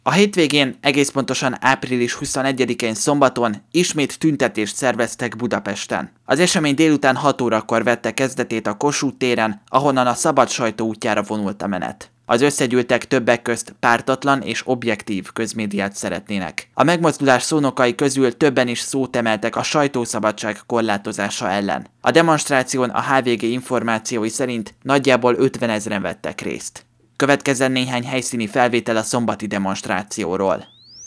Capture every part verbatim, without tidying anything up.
A hétvégén, egész pontosan április huszonegyedikén szombaton ismét tüntetést szerveztek Budapesten. Az esemény délután hat órakor vette kezdetét a Kossuth téren, ahonnan a szabad sajtó útjára vonult a menet. Az összegyűltek többek közt pártatlan és objektív közmédiát szeretnének. A megmozdulás szónokai közül többen is szót emeltek a sajtószabadság korlátozása ellen. A demonstráción a há vé gé információi szerint nagyjából ötvenezren vettek részt. Következzen néhány helyszíni felvétel a szombati demonstrációról.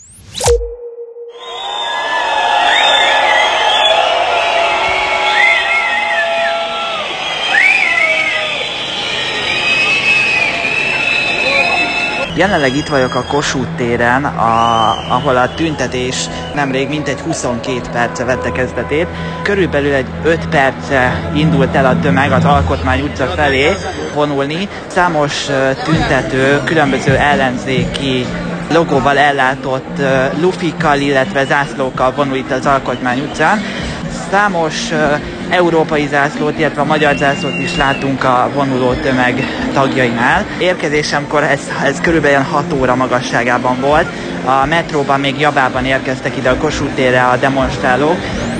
Jelenleg itt vagyok a Kossuth téren, a, ahol a tüntetés nemrég mintegy huszonkét perce vette kezdetét. Körülbelül egy öt perce indult el a tömeg az Alkotmány utca felé vonulni. Számos tüntető különböző ellenzéki logóval ellátott lufikkal, illetve zászlókkal vonul itt az Alkotmány utcán. Számos európai zászlót, illetve a magyar zászlót is látunk a vonuló tömeg tagjainál. Érkezésemkor ez, ez körülbelül hat óra magasságában volt. A metróban még javában érkeztek ide a Kossuth térre a demonstrálók.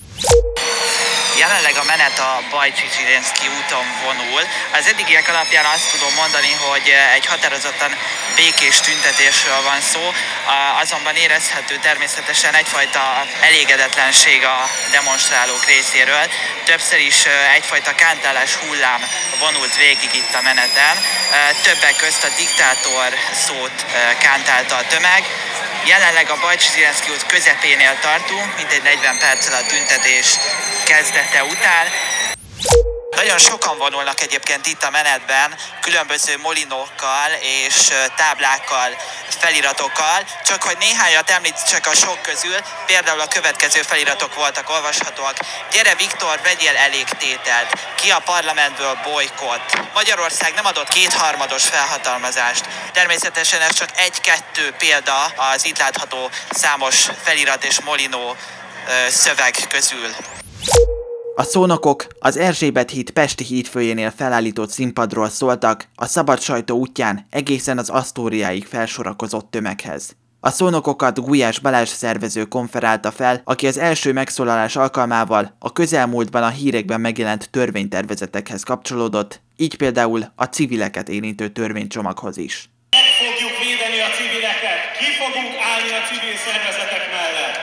Jelenleg a menet a Bajcsy-Zsilinszky úton vonul. Az eddigiek alapján azt tudom mondani, hogy egy határozottan békés tüntetésről van szó, azonban érezhető természetesen egyfajta elégedetlenség a demonstrálók részéről. Többször is egyfajta kántálás hullám vonult végig itt a meneten. Többek közt a diktátor szót kántálta a tömeg. Jelenleg a Bajcsy-Zsilinszky út közepénél tartunk, mintegy negyven perccel a tüntetés kezdete után. Nagyon sokan vonulnak egyébként itt a menetben, különböző molinókkal és táblákkal, feliratokkal, csak hogy néhányat említsek a sok közül, például a következő feliratok voltak olvashatóak. Gyere Viktor, vegyél elég tételt, ki a parlamentből bolykott. Magyarország nem adott kétharmados felhatalmazást. Természetesen ez csak egy-kettő példa az itt látható számos felirat és molinó szöveg közül. A szónokok az Erzsébet híd pesti hídfőjénél felállított színpadról szóltak a szabad sajtó útján egészen az Asztóriáig felsorakozott tömeghez. A szónokokat Gulyás Balázs szervező konferálta fel, aki az első megszólalás alkalmával a közelmúltban a hírekben megjelent törvénytervezetekhez kapcsolódott, így például a civileket érintő törvénycsomaghoz is. Meg fogjuk védeni a civileket, ki fogunk állni a civil szervezetek mellett.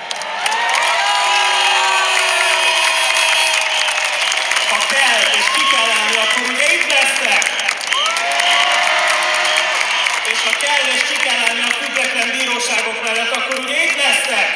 Ha kell és ki kell állni, akkor ugye itt lesznek. És ha kell és ki kell állni a független bíróságok mellett, akkor ugye itt lesznek.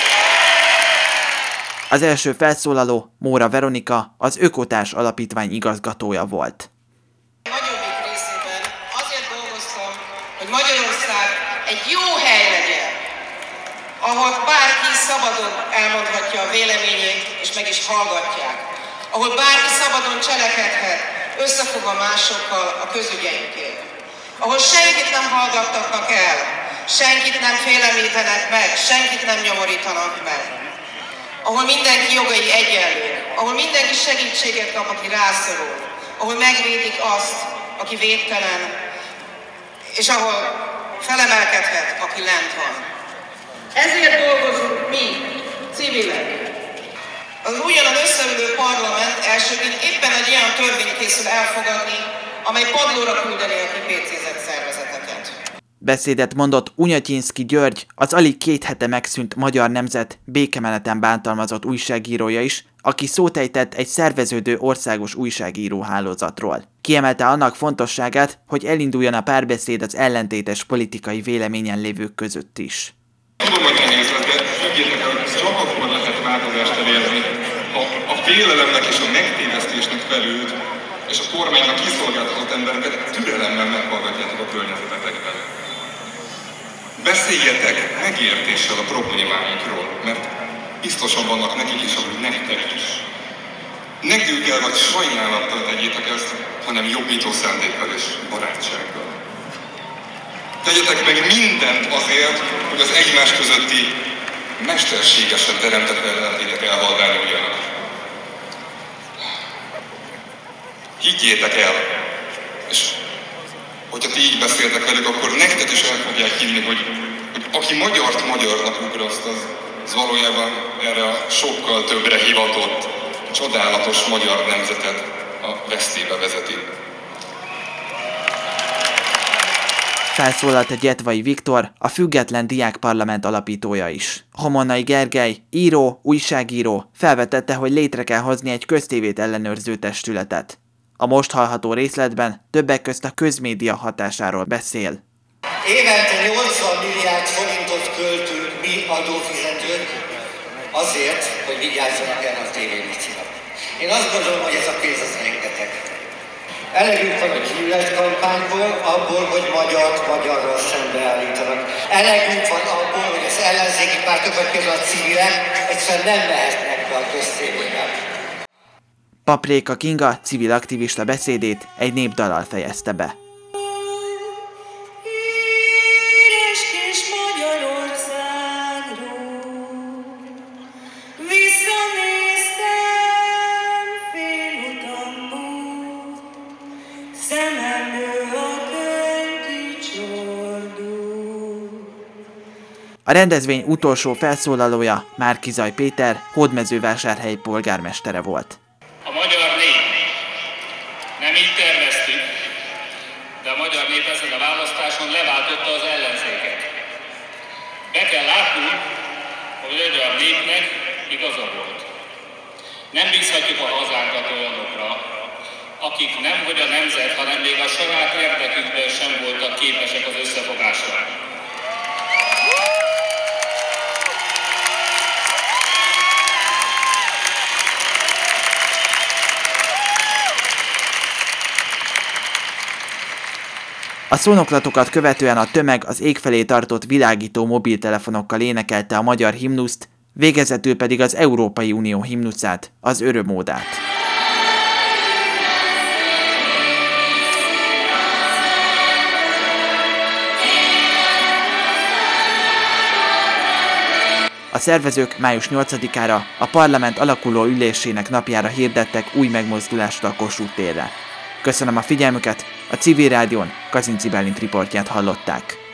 Az első felszólaló Móra Veronika, az Ökotárs Alapítvány igazgatója volt. Nagyobbik részében azért dolgoztam, hogy Magyarország egy jó hely legyen, ahol bárki szabadon elmondhatja a véleményét, és meg is hallgatják. Ahol bárki szabadon cselekedhet, összefogva másokkal a közügyeinkért. Ahol senkit nem hallgattatnak el, senkit nem félemlítenek meg, senkit nem nyomorítanak meg. Ahol mindenki jogai egyenlők, ahol mindenki segítséget kap, aki rászorul, ahol megvédik azt, aki védtelen, és ahol felemelkedhet, aki lent van. Ezért dolgozunk mi, civilek. Az újonnan összeülő parlament elsőként éppen egy olyan törvényt készül elfogadni, amely padlóra küldeni a kipécézett szervezeteket. Beszédet mondott Unyatyinszky György, az alig két hete megszűnt Magyar Nemzet békemeneten bántalmazott újságírója is, aki szót ejtett egy szerveződő országos újságíróhálózatról. Kiemelte annak fontosságát, hogy elinduljon a párbeszéd az ellentétes politikai véleményen lévők között is. Tudom, hogy nehéz lesz, de függjetek, hogy csak akkor lehet változást elérni, ha a félelemnek és a megtévesztésnek felült, és a kormánynak kiszolgáltatott embereket türelemmel meghallgatjátok a környezetetekben. Beszéljetek megértéssel a problémáikról, mert biztosan vannak nekik is, ahogy nektek is. Ne gőggel vagy sajnálattal tegyétek ezt, hanem jobbító szándékkal és barátsággal. Tegyetek meg mindent azért, hogy az egymás közötti mesterségesen teremtett ellentétek elhalványuljanak. Higgyétek el, és hogyha ti így beszéltek velük, akkor nektek is el fogják hinni, hogy, hogy aki magyart magyarnak ugraszt, az, az valójában erre a sokkal többre hivatott, csodálatos magyar nemzetet a vesztébe vezeti. Felszólalt a Gyetvai Viktor, a Független Diákparlament alapítója is. Homonnai Gergely, író, újságíró felvetette, hogy létre kell hozni egy köztévét ellenőrző testületet. A most hallható részletben többek közt a közmédia hatásáról beszél. Évente nyolcvan milliárd forintot költünk mi adófizetők azért, hogy vigyázzanak erre a tévéműsorra. Én azt gondolom, hogy ez a pénz az rengeteg. Elegünk van a gyűlöletkampányból, abból, hogy magyart magyarral szembeállítanak. Elegünk van abból, hogy az ellenzéki pártok, például a civilek egyszerűen nem mehetnek be a köztévében. Papréka Kinga civil aktivista beszédét egy népdallal fejezte be. A rendezvény utolsó felszólalója Márki-Zay Péter, Hódmezővásárhely polgármestere volt. A magyar nép, nem így terveztük, de a magyar nép ezen a választáson leváltotta az ellenzéket. Be kell látnunk, hogy a magyar népnek igaza volt. Nem bízhatjuk a hazánkat olyanokra, akik nemhogy a nemzet, hanem még a saját érdekükben sem voltak képesek az összefogásra. A szónoklatokat követően a tömeg az ég felé tartott világító mobiltelefonokkal énekelte a magyar himnuszt, végezetül pedig az Európai Unió himnuszát, az Örömódát. A szervezők május nyolcadikára, a parlament alakuló ülésének napjára hirdettek új megmozdulást a Kossuth térre. Köszönöm a figyelmüket, a Civil Rádión Kazinczy Bálint riportját hallották.